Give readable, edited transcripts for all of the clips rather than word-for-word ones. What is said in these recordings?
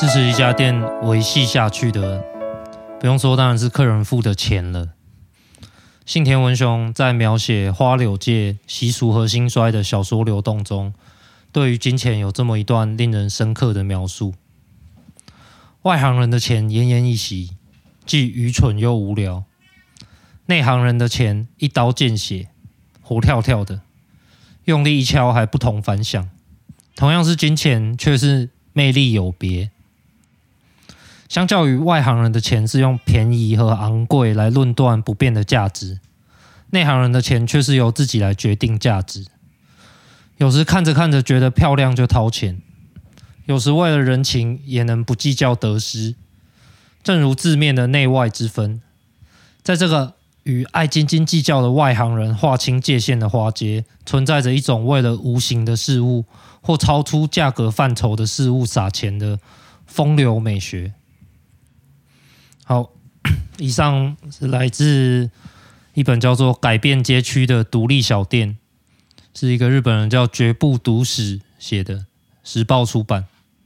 持一家店维系下去的，不用说，当然是客人付的钱了。信田文雄在描写花柳界习俗和兴衰的小说流动中，对于金钱有这么一段令人深刻的描述：外行人的钱奄奄一息，既愚蠢又无聊；内行人的钱一刀见血，活跳跳的，用力一敲还不同凡响。同样是金钱，却是魅力有别。相较于外行人的钱是用便宜和昂贵来论断不变的价值，内行人的钱却是由自己来决定价值。有时看着看着觉得漂亮就掏钱，有时为了人情也能不计较得失。正如字面的内外之分，在这个与爱斤斤计较的外行人划清界限的花街，存在着一种为了无形的事物或超出价格范畴的事物撒钱的风流美学。好，以上是来自一本叫做《改变街区》的独立小店，是一个日本人叫绝部笃史写的，时报出版。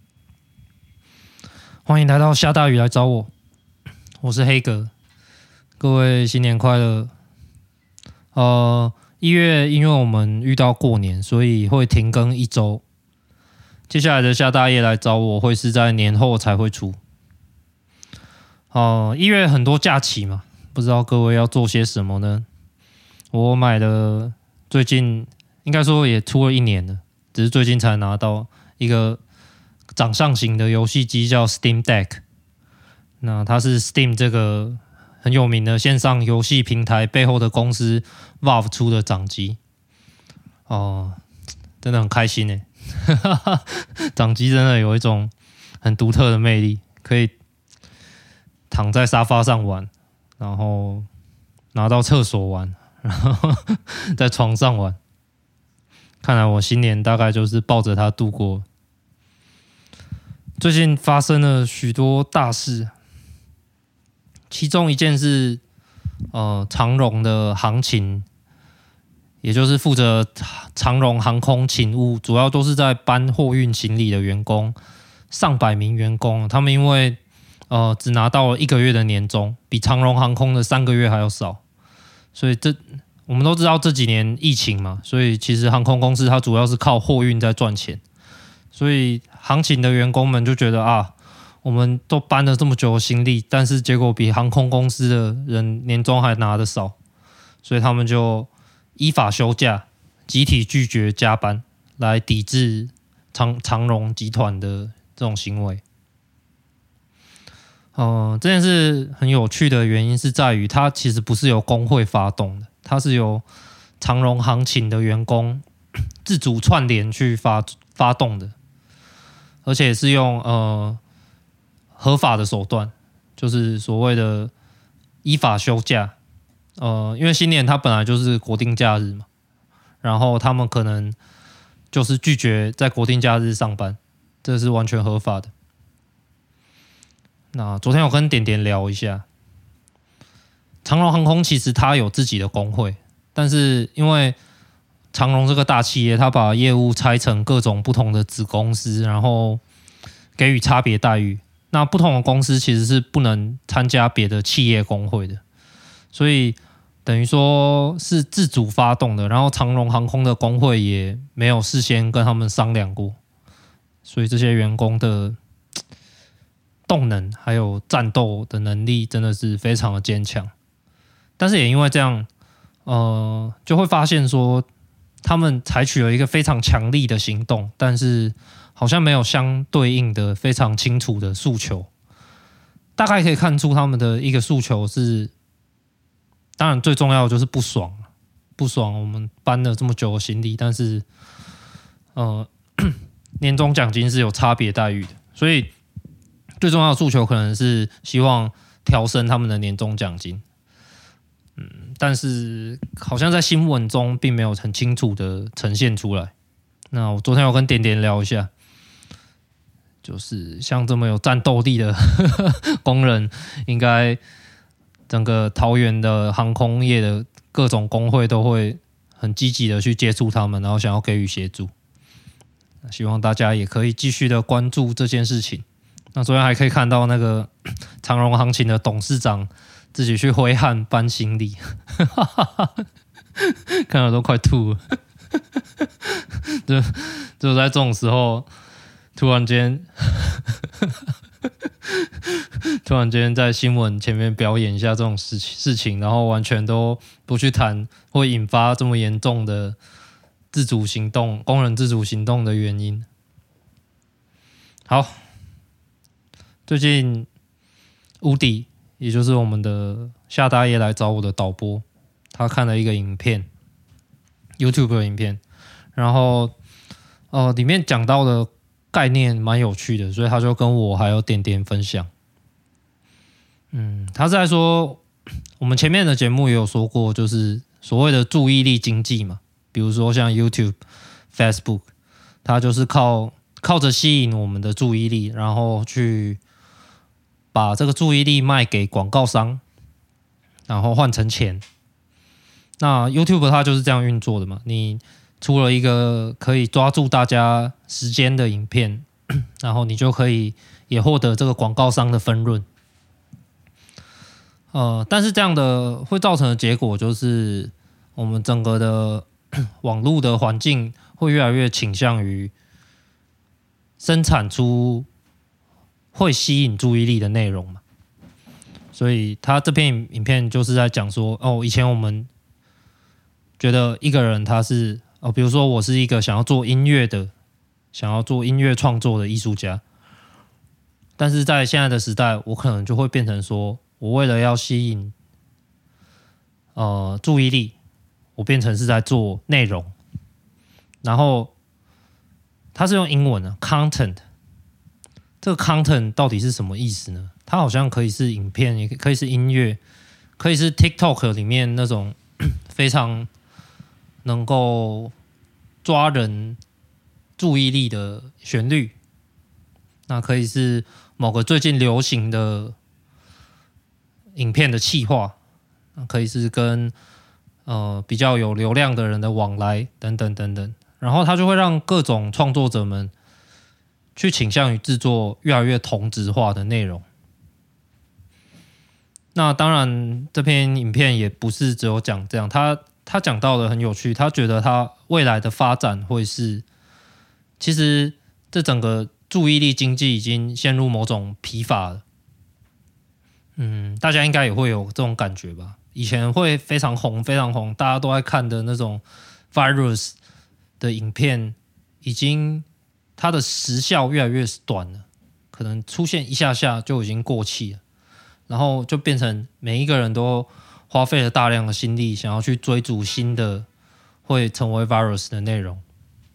欢迎来到下大雨来找我，我是黑格，各位新年快乐。1月因为我们遇到过年，所以会停更1周。接下来的下大夜来找我会是在年后才会出。1月很多假期嘛，不知道各位要做些什么呢？我买了，最近应该说也出了1年了，只是最近才拿到一个掌上型的游戏机，叫 Steam Deck。那它是 Steam 这个很有名的线上游戏平台背后的公司 Valve 出的掌机。真的很开心耶。掌机真的有一种很独特的魅力，可以躺在沙发上玩，然后拿到厕所玩，然后在床上玩。看来我新年大概就是抱着它度过。最近发生了许多大事，其中一件是长荣的航勤，也就是负责长荣航空勤务，主要都是在搬货运行李的员工，上百名员工，他们因为只拿到了1个月的年终，比长荣航空的3个月还要少，所以我们都知道这几年疫情嘛，所以其实航空公司它主要是靠货运在赚钱，所以航勤的员工们就觉得我们都搬了这么久的行李，但是结果比航空公司的人年终还拿得少，所以他们就依法休假，集体拒绝加班，来抵制长荣集团的这种行为。这件事很有趣的原因是在于，它其实不是由工会发动的，它是由长荣航勤的员工自主串联去发动的，而且是用合法的手段，就是所谓的依法休假。因为新年它本来就是国定假日嘛，然后他们可能就是拒绝在国定假日上班，这是完全合法的。那昨天我跟点点聊一下，长荣航空其实它有自己的工会，但是因为长荣这个大企业，它把业务拆成各种不同的子公司，然后给予差别待遇。那不同的公司其实是不能参加别的企业工会的，所以等于说是自主发动的，然后长荣航空的工会也没有事先跟他们商量过，所以这些员工的动能还有战斗的能力真的是非常的坚强。但是也因为这样，就会发现说他们采取了一个非常强力的行动，但是好像没有相对应的非常清楚的诉求。大概可以看出他们的一个诉求是，当然最重要的就是不爽，我们搬了这么久的行李，但是年终奖金是有差别待遇的，所以最重要的诉求可能是希望调升他们的年终奖金。但是好像在新闻中并没有很清楚的呈现出来。那我昨天有跟点点聊一下，就是像这么有战斗力的工人，应该整个桃园的航空业的各种工会都会很积极的去接触他们，然后想要给予协助。希望大家也可以继续的关注这件事情。 那昨天还可以看到那个长荣行情的董事长自己去挥汗搬行李，看到都快吐了。就在这种时候，突然间在新闻前面表演一下这种事情，然后完全都不去谈会引发这么严重的自主行动、工人自主行动的原因。好，最近乌迪，也就是我们的夏大爷来找我的导播，他看了一个影片 ，YouTube 的影片，然后里面讲到的概念蛮有趣的，所以他就跟我还有点点分享。他是在说，我们前面的节目也有说过，就是所谓的注意力经济嘛，比如说像 YouTube、Facebook， 它就是靠着吸引我们的注意力，然后去把这个注意力卖给广告商，然后换成钱。那 YouTube 它就是这样运作的嘛，你出了一个可以抓住大家时间的影片，然后你就可以也获得这个广告商的分润。但是这样的会造成的结果就是，我们整个的网络的环境会越来越倾向于生产出会吸引注意力的内容嘛。所以他这篇影片就是在讲说，以前我们觉得一个人他是比如说我是一个想要做音乐创作的艺术家，但是在现在的时代，我可能就会变成说，我为了要吸引注意力，我变成是在做内容，然后它是用英文的 content， 这个 content 到底是什么意思呢？它好像可以是影片，也可以是音乐，可以是 TikTok 里面那种非常能够抓人注意力的旋律，那可以是某个最近流行的影片的企划，可以是跟比较有流量的人的往来等等等等，然后它就会让各种创作者们去倾向于制作越来越同质化的内容。那当然，这篇影片也不是只有讲这样，他讲到的很有趣，他觉得他未来的发展会是，其实这整个注意力经济已经陷入某种疲乏了。大家应该也会有这种感觉吧？以前会非常红，大家都在看的那种 virus 的影片，已经它的时效越来越短了，可能出现一下下就已经过气了。然后就变成每一个人都花费了大量的心力，想要去追逐新的会成为 virus 的内容。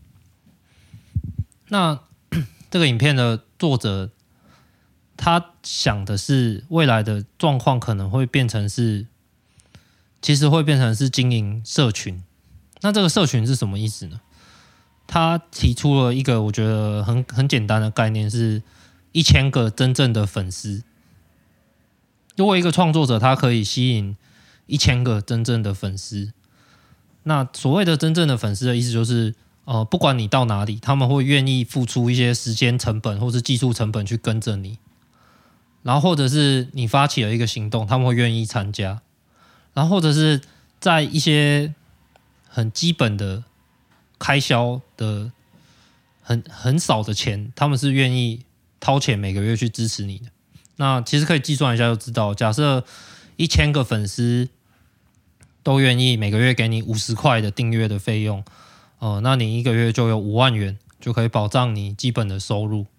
那这个影片的作者，他想的是未来的状况可能会变成是，其实会变成是经营社群。那这个社群是什么意思呢？他提出了一个我觉得很简单的概念，是1000个真正的粉丝。如果一个创作者他可以吸引1000个真正的粉丝，那所谓的真正的粉丝的意思就是，不管你到哪里，他们会愿意付出一些时间成本或是技术成本去跟着你，然后或者是你发起了一个行动，他们会愿意参加，然后或者是在一些很基本的开销的很少的钱，他们是愿意掏钱每个月去支持你的。那其实可以计算一下就知道，假设1000个粉丝都愿意每个月给你50块的订阅的费用，那你一个月就有5万元，就可以保障你基本的收入。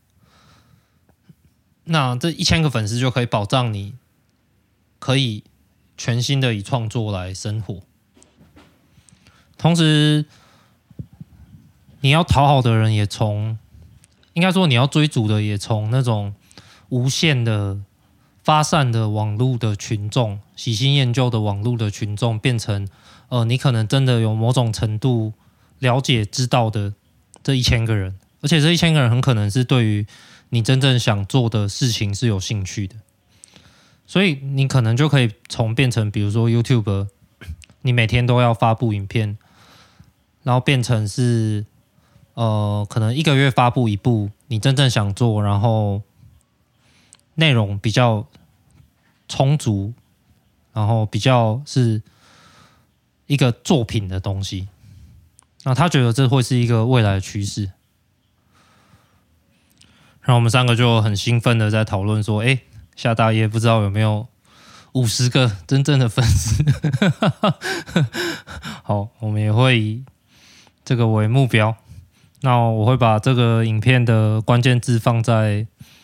那这1000个粉丝就可以保障你可以全心的以创作来生活。同时，你要讨好的人也从，应该说你要追逐的也从那种无限的发散的网络的群众，喜新厌旧的网络的群众，变成你可能真的有某种程度了解知道的这1000个人，而且这1000个人很可能是对于你真正想做的事情是有兴趣的，所以你可能就可以从变成比如说 YouTuber， 你每天都要发布影片，然后变成是可能1个月发布一部你真正想做，然后内容比较充足，然后比较是一个作品的东西。那他觉得这会是一个未来的趋势。然后我们三个就很兴奋的在讨论说，夏大业不知道有没有50个真正的粉丝。好，我们也会以这个为目标。那我会把这个影片的关键字放在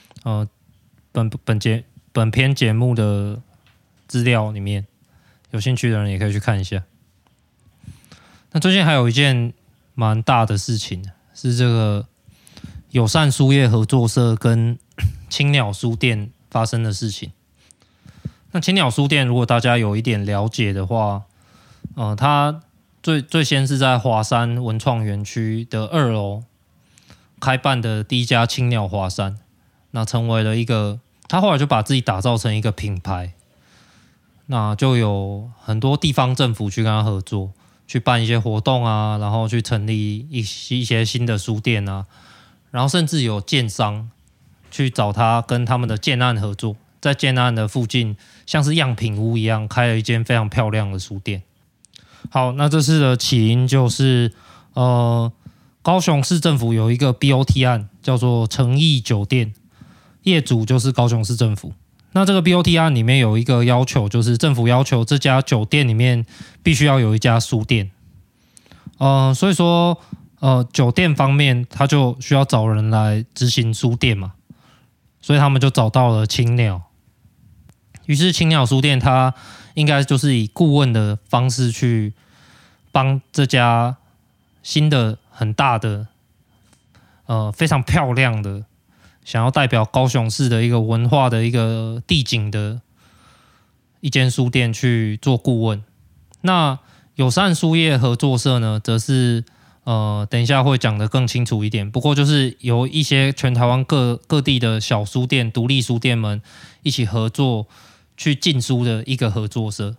本篇节目的资料里面，有兴趣的人也可以去看一下。那最近还有一件蛮大的事情，是这个友善书业合作社跟青鸟书店发生的事情。那青鸟书店如果大家有一点了解的话，它最先是在华山文创园区的2楼开办的第一家青鸟华山，那成为了一个，他后来就把自己打造成一个品牌，那就有很多地方政府去跟他合作，去办一些活动啊，然后去成立一些新的书店啊，然后甚至有建商去找他跟他们的建案合作，在建案的附近像是样品屋一样开了一间非常漂亮的书店。好，那这次的起因就是高雄市政府有一个 BOT 案叫做诚毅酒店，业主就是高雄市政府。那这个 BOT 案里面有一个要求，就是政府要求这家酒店里面必须要有一家书店。所以说酒店方面他就需要找人来执行书店嘛，所以他们就找到了青鸟。于是青鸟书店它应该就是以顾问的方式去帮这家新的很大的非常漂亮的想要代表高雄市的一个文化的一个地景的一间书店去做顾问。那友善书业合作社呢，则是等一下会讲得更清楚一点，不过就是由一些全台湾各地的小书店、独立书店们一起合作去进书的一个合作社。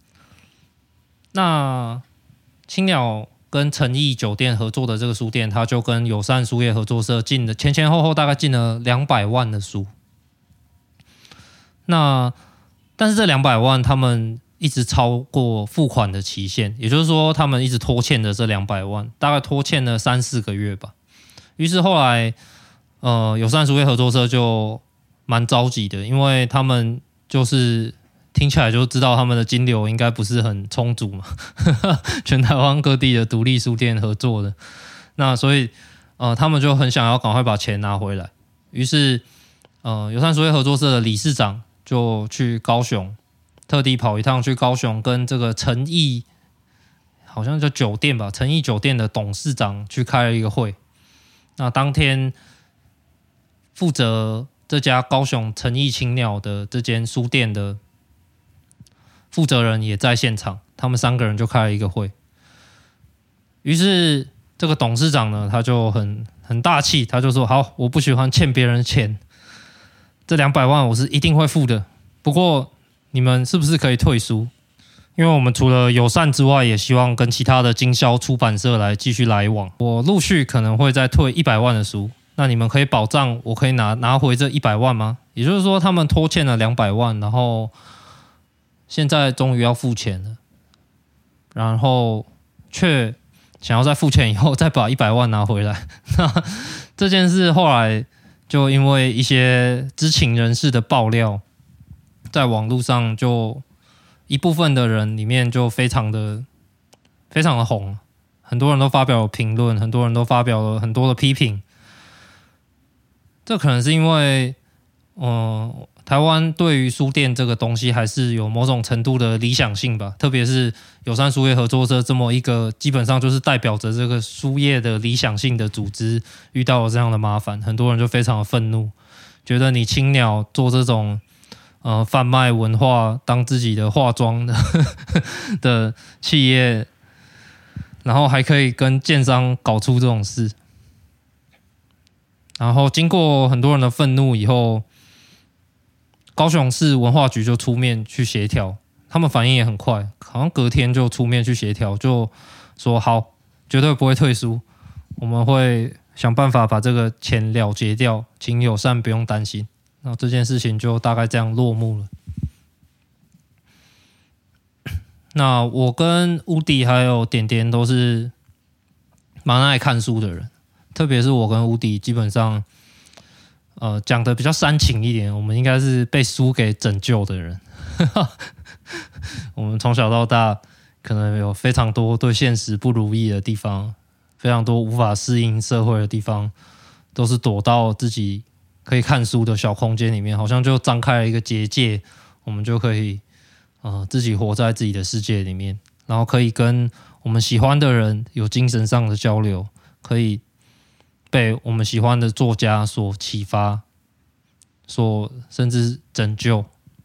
那青鸟跟诚毅酒店合作的这个书店，它就跟友善书业合作社进了前后大概进了200万的书。那但是这200万他们一直超过付款的期限，也就是说他们一直拖欠的这200万，大概拖欠了3-4个月吧。于是后来友善书业合作社就蛮着急的，因为他们就是听起来就知道他们的金流应该不是很充足嘛，全台湾各地的独立书店合作的，那所以他们就很想要赶快把钱拿回来。于是友善书业合作社的理事长就去高雄，特地跑一趟去高雄，跟这个诚毅好像叫酒店吧，诚毅酒店的董事长去开了一个会。那当天负责这家高雄诚毅青鸟的这间书店的负责人也在现场，他们3个人就开了一个会。于是这个董事长呢，他就很大气，他就说：好，我不喜欢欠别人钱，这200万我是一定会付的。不过你们是不是可以退书？因为我们除了友善之外，也希望跟其他的经销出版社来继续来往。我陆续可能会再退100万的书，那你们可以保障我可以拿回这100万吗？也就是说，他们拖欠了200万，然后现在终于要付钱了，然后却想要在付钱以后再把100万拿回来。那这件事后来就因为一些知情人士的爆料，在网络上就一部分的人里面就非常的红，很多人都发表了评论，很多人都发表了很多的批评。这可能是因为台湾对于书店这个东西还是有某种程度的理想性吧，特别是友善书业合作社这么一个基本上就是代表着这个书业的理想性的组织，遇到了这样的麻烦，很多人就非常的愤怒，觉得你青鸟做这种贩卖文化当自己的化妆的企业，然后还可以跟建商搞出这种事。然后经过很多人的愤怒以后，高雄市文化局就出面去协调，他们反应也很快，好像隔天就出面去协调，就说好，绝对不会退书，我们会想办法把这个钱了结掉，请友善不用担心。 那这件事情就大概这样落幕了。那我跟乌迪还有点点都是蛮爱看书的人，特别是我跟乌迪基本上讲的比较煽情一点，我们应该是被书给拯救的人。我们从小到大可能有非常多对现实不如意的地方，非常多无法适应社会的地方，都是躲到自己可以看书的小空间里面，好像就张开了一个结界，我们就可以自己活在自己的世界里面，然后可以跟我们喜欢的人有精神上的交流，可以被我们喜欢的作家所启发，甚至拯救。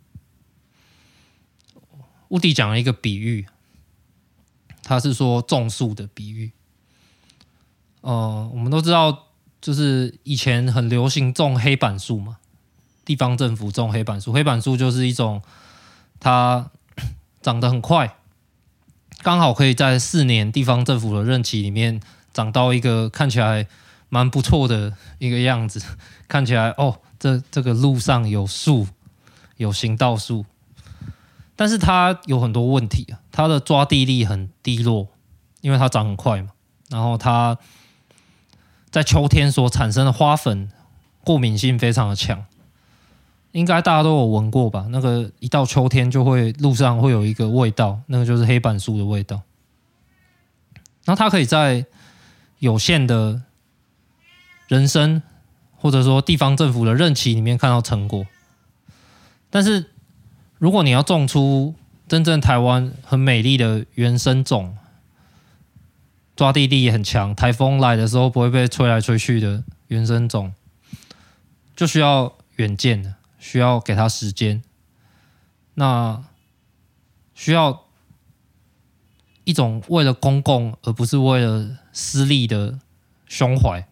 乌迪讲了一个比喻，他是说种树的比喻。我们都知道，就是以前很流行种黑板树嘛，地方政府种黑板树。黑板树就是一种它长得很快，刚好可以在4年地方政府的任期里面长到一个看起来蛮不错的一个样子，看起来这个路上有树，有行道树。但是它有很多问题啊，它的抓地力很低落，因为它长很快嘛。然后它在秋天所产生的花粉过敏性非常的强，应该大家都有闻过吧？那个一到秋天就会路上会有一个味道，那个就是黑板树的味道。然后它可以在有限的人生或者说地方政府的任期里面看到成果，但是如果你要种出真正台湾很美丽的原生种，抓地力也很强，台风来的时候不会被吹来吹去的原生种，就需要远见的，需要给它时间，那需要一种为了公共而不是为了私利的胸怀。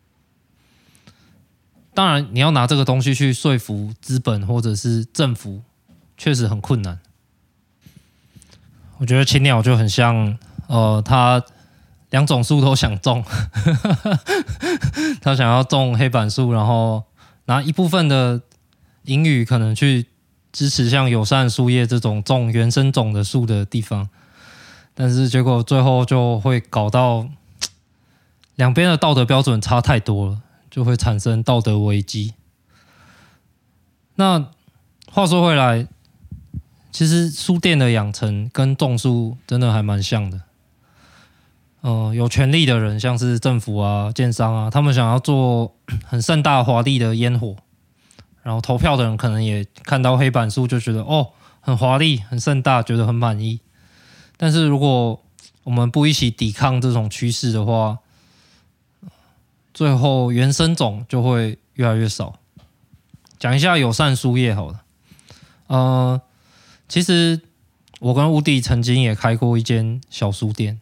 当然你要拿这个东西去说服资本或者是政府，确实很困难。我觉得青鸟就很像他2种树都想种他想要种黑板树，然后拿一部分的盈余可能去支持像友善树叶这种种原生种的树的地方，但是结果最后就会搞到两边的道德标准差太多了，就会产生道德危机。那话说回来，其实书店的养成跟种树真的还蛮像的。有权力的人，像是政府啊、建商啊，他们想要做很盛大华丽的烟火，然后投票的人可能也看到黑板树就觉得很华丽、很盛大，觉得很满意。但是如果我们不一起抵抗这种趋势的话，最后原生种就会越来越少。讲一下友善书业好了。其实我跟乌迪曾经也开过一间小书店，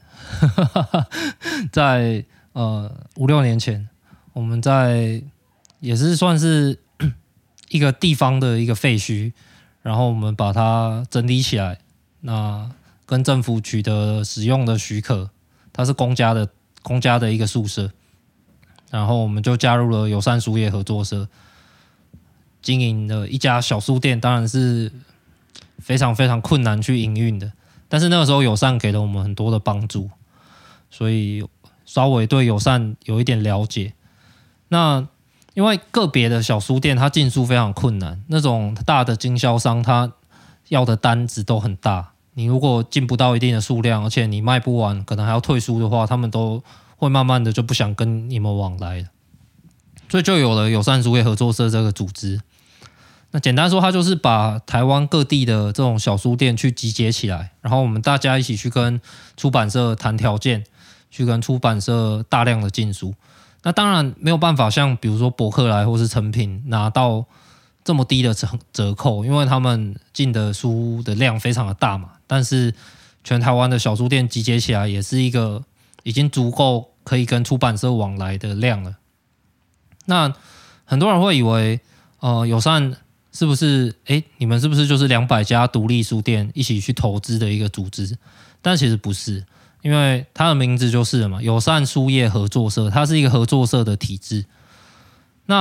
在5-6年前，我们在也是算是一个地方的一个废墟，然后我们把它整理起来，那跟政府取得使用的许可，它是公家的一个宿舍，然后我们就加入了友善书业合作社，经营了一家小书店，当然是非常非常困难去营运的，但是那个时候友善给了我们很多的帮助，所以稍微对友善有一点了解。那因为个别的小书店它进书非常困难，那种大的经销商他要的单子都很大，你如果进不到一定的数量，而且你卖不完可能还要退书的话，他们都会慢慢的就不想跟你们往来了，所以就有了友善书业合作社这个组织。那简单说，它就是把台湾各地的这种小书店去集结起来，然后我们大家一起去跟出版社谈条件，去跟出版社大量的进书。那当然没有办法像比如说博客来或是诚品拿到这么低的折扣，因为他们进的书的量非常的大嘛。但是全台湾的小书店集结起来也是一个已经足够可以跟出版社往来的量了。那很多人会以为友善是不是你们是不是就是200家独立书店一起去投资的一个组织？但其实不是，因为它的名字就是了嘛，友善书业合作社，它是一个合作社的体制。那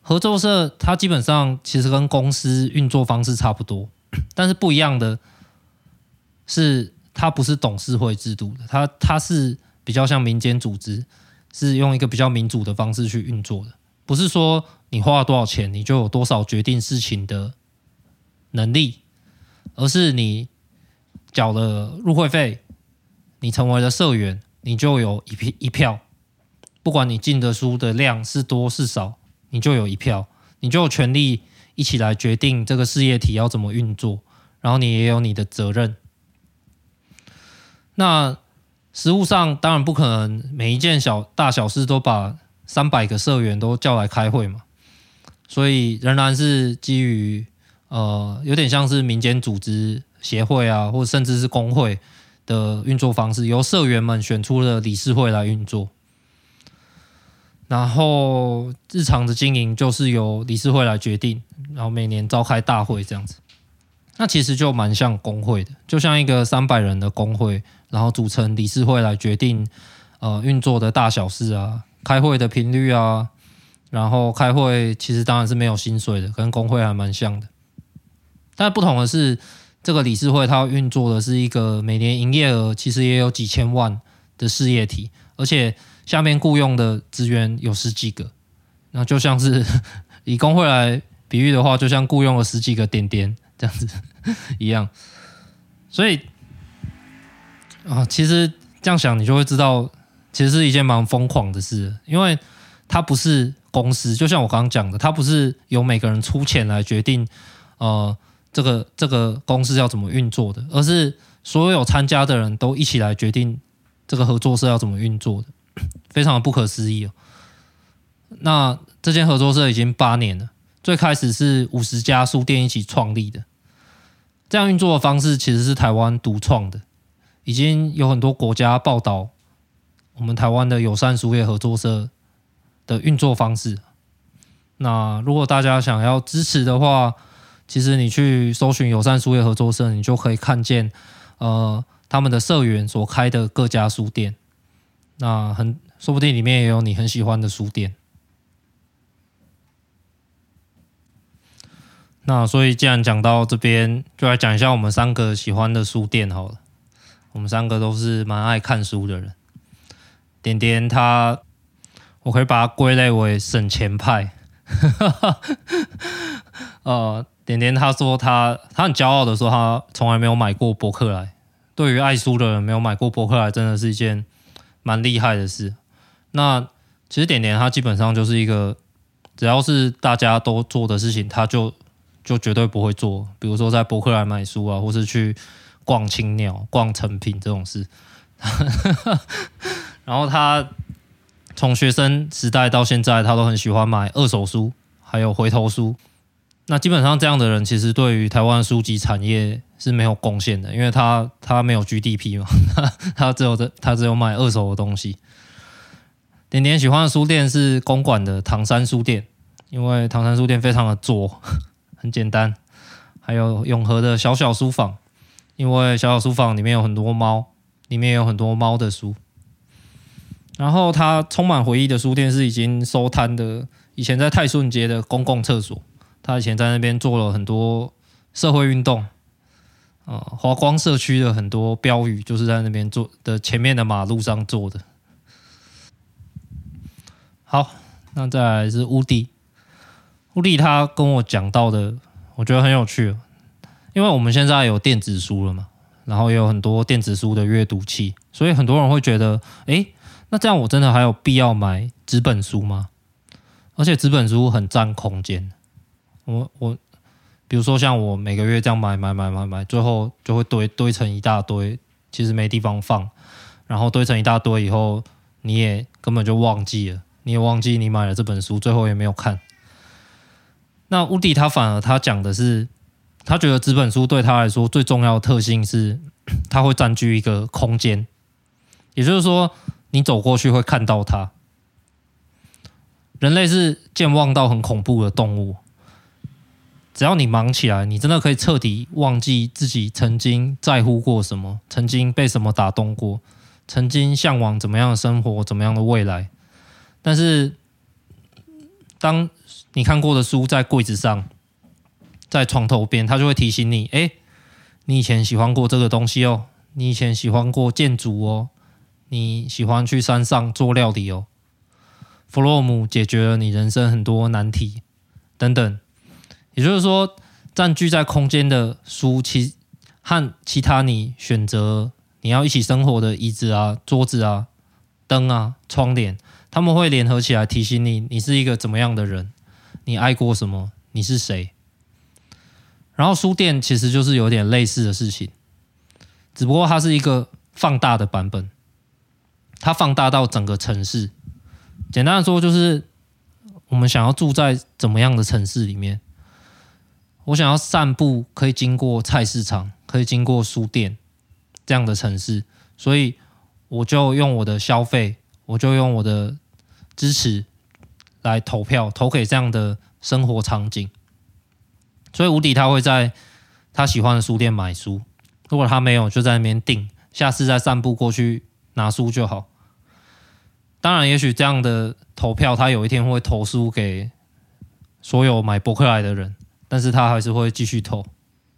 合作社它基本上其实跟公司运作方式差不多，但是不一样的是，它不是董事会制度的，它是比较像民间组织，是用一个比较民主的方式去运作的，不是说你花了多少钱，你就有多少决定事情的能力，而是你缴了入会费，你成为了社员，你就有一票，不管你进的书的量是多是少，你就有一票，你就有权利一起来决定这个事业体要怎么运作，然后你也有你的责任。那实务上当然不可能每一件大小事都把300个社员都叫来开会嘛，所以仍然是基于有点像是民间组织协会啊，或者甚至是工会的运作方式，由社员们选出了理事会来运作。然后日常的经营就是由理事会来决定，然后每年召开大会这样子。那其实就蛮像工会的，就像一个300人的工会，然后组成理事会来决定运作的大小事啊，开会的频率啊，然后开会其实当然是没有薪水的，跟工会还蛮像的。但不同的是，这个理事会它运作的是一个每年营业额其实也有几千万的事业体，而且下面雇佣的职员有10几个，那就像是以工会来比喻的话，就像雇佣了10几个点点这样子一样。所以其实这样想你就会知道，其实是一件蛮疯狂的事，因为它不是公司，就像我刚刚讲的，它不是由每个人出钱来决定这个公司要怎么运作的，而是所有参加的人都一起来决定这个合作社要怎么运作的，非常的不可思议哦。那这间合作社已经8年了，最开始是50家书店一起创立的，这样运作的方式其实是台湾独创的，已经有很多国家报道我们台湾的友善书业合作社的运作方式。那如果大家想要支持的话，其实你去搜寻友善书业合作社，你就可以看见他们的社员所开的各家书店，那说不定里面也有你很喜欢的书店。那所以既然讲到这边，就来讲一下我们3个喜欢的书店好了。我们3个都是蛮爱看书的人。点点我可以把它归类为省钱派。点点他说他很骄傲的说他从来没有买过博客来。对于爱书的人，没有买过博客来真的是一件蛮厉害的事。那其实点点他基本上就是一个只要是大家都做的事情，他就绝对不会做，比如说在博客来买书啊，或是去逛青鸟、逛诚品这种事。然后他从学生时代到现在，他都很喜欢买2手书，还有回头书。那基本上这样的人，其实对于台湾书籍产业是没有贡献的，因为他没有 GDP 嘛，他只有买2手的东西。点点喜欢的书店是公馆的唐山书店，因为唐山书店非常的做很简单。还有永和的小小书坊，因为小小书坊里面有很多猫，里面有很多猫的书。然后他充满回忆的书店是已经收摊的，以前在泰顺街的公共厕所，他以前在那边做了很多社会运动，华光社区的很多标语就是在那边做的，前面的马路上做的。好，那再来是乌迪他跟我讲到的，我觉得很有趣，因为我们现在有电子书了嘛，然后也有很多电子书的阅读器，所以很多人会觉得，那这样我真的还有必要买纸本书吗？而且纸本书很占空间，我比如说像我每个月这样买，最后就会堆成一大堆，其实没地方放，然后堆成一大堆以后，你也根本就忘记了，你也忘记你买了这本书，最后也没有看。那乌迪他反而他讲的是，他觉得纸本书对他来说最重要的特性是，它会占据一个空间，也就是说，你走过去会看到它。人类是健忘到很恐怖的动物，只要你忙起来，你真的可以彻底忘记自己曾经在乎过什么，曾经被什么打动过，曾经向往怎么样的生活，怎么样的未来。但是当你看过的书在柜子上，在床头边，它就会提醒你，你以前喜欢过这个东西哦，你以前喜欢过建筑哦，你喜欢去山上做料理哦。弗洛姆解决了你人生很多难题等等。也就是说，占据在空间的书和其他你选择你要一起生活的椅子啊、桌子啊、灯啊、窗帘，他们会联合起来提醒你，你是一个怎么样的人，你爱过什么，你是谁。然后书店其实就是有点类似的事情，只不过它是一个放大的版本，它放大到整个城市。简单的说，就是我们想要住在怎么样的城市里面。我想要散步可以经过菜市场，可以经过书店这样的城市，所以我就用我的消费，我就用我的支持来投票，投给这样的生活场景。所以无敌他会在他喜欢的书店买书，如果他没有，就在那边订，下次再散步过去拿书就好。当然，也许这样的投票，他有一天会投书给所有买博客来的人，但是他还是会继续投。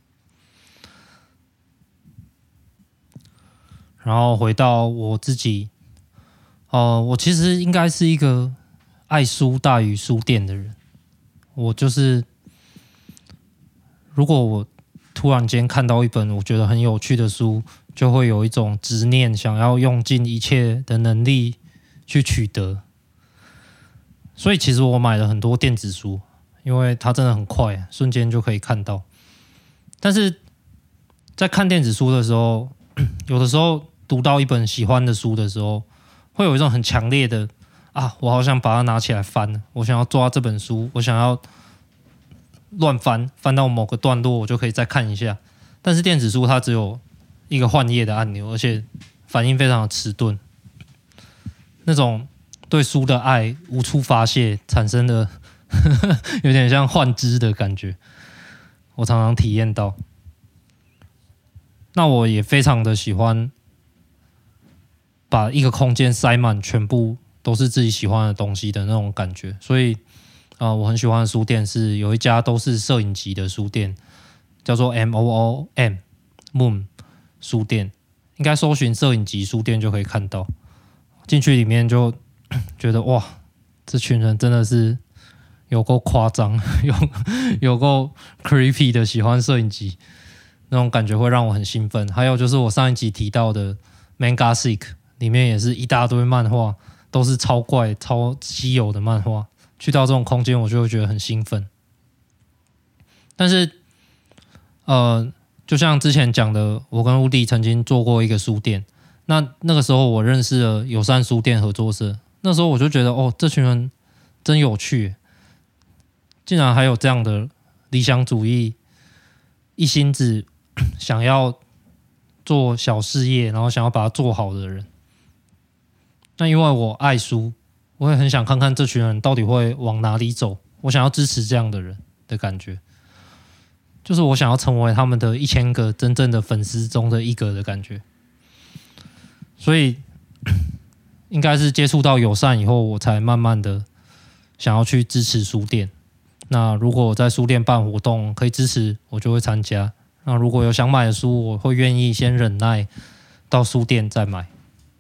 然后回到我自己，我其实应该是一个爱书大于书店的人。我就是，如果我突然间看到一本我觉得很有趣的书，就会有一种执念，想要用尽一切的能力去取得。所以其实我买了很多电子书，因为它真的很快，瞬间就可以看到。但是在看电子书的时候，有的时候读到一本喜欢的书的时候，会有一种很强烈的我好想把它拿起来翻，我想要抓这本书，我想要乱翻，翻到某个段落我就可以再看一下。但是电子书它只有一个换页的按钮，而且反应非常的迟钝，那种对书的爱无处发泄产生的有点像幻肢的感觉，我常常体验到。那我也非常的喜欢把一个空间塞满全部都是自己喜欢的东西的那种感觉，所以我很喜欢的书店是有一家都是摄影集的书店，叫做 Moon 书店，应该搜寻摄影集书店就可以看到。进去里面就觉得哇，这群人真的是有够夸张，有够 creepy 的喜欢摄影集，那种感觉会让我很兴奋。还有就是我上一集提到的 Manga Seek 里面也是一大堆漫画，都是超怪超稀有的漫画，去到这种空间我就会觉得很兴奋。但是就像之前讲的，我跟乌迪曾经做过一个书店，那个时候我认识了友善书店合作社，那时候我就觉得这群人真有趣，竟然还有这样的理想主义，一心只想要做小事业，然后想要把它做好的人。那因为我爱书，我也很想看看这群人到底会往哪里走，我想要支持这样的人的感觉，就是我想要成为他们的1000个真正的粉丝中的一个的感觉。所以应该是接触到友善以后，我才慢慢的想要去支持书店。那如果我在书店办活动可以支持，我就会参加。那如果有想买的书，我会愿意先忍耐到书店再买。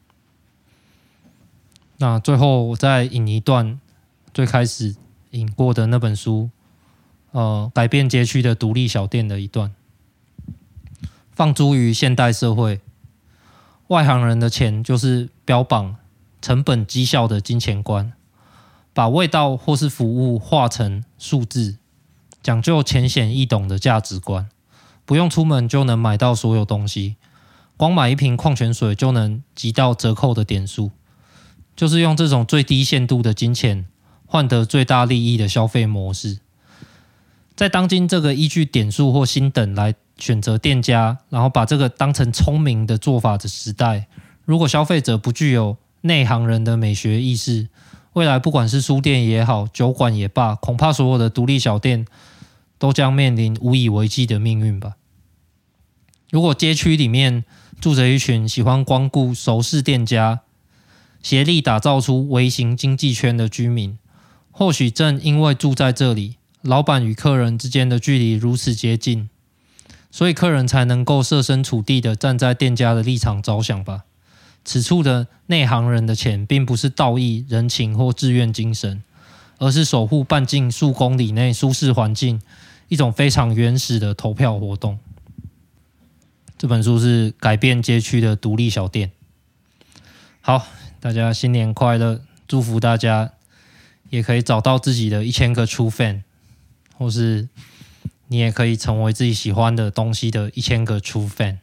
那最后我再引一段最开始引过的那本书，改变街区的独立小店的一段。放诸于现代社会，外行人的钱就是标榜成本绩效的金钱观，把味道或是服务化成数字，讲究浅显易懂的价值观，不用出门就能买到所有东西，光买一瓶矿泉水就能集到折扣的点数，就是用这种最低限度的金钱换得最大利益的消费模式。在当今这个依据点数或星等来选择店家，然后把这个当成聪明的做法的时代，如果消费者不具有内行人的美学意识，未来不管是书店也好，酒馆也罢，恐怕所有的独立小店都将面临无以为继的命运吧。如果街区里面住着一群喜欢光顾熟识店家，协力打造出微型经济圈的居民， 或许正因为住在这里，老板与客人之间的距离如此接近，所以客人才能够设身处地的站在店家的立场着想吧。此处的内行人的钱并不是道义、人情或志愿精神，而是守护半径数公里内舒适环境，一种非常原始的投票活动。这本书是改变街区的独立小店。好，大家新年快乐，祝福大家也可以找到自己的1000个 True Fan， 或是你也可以成为自己喜欢的东西的1000个 True Fan。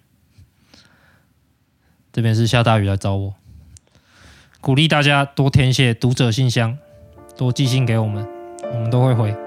这边是下大雨来找我，鼓励大家多填写读者信箱，多寄信给我们，我们都会回。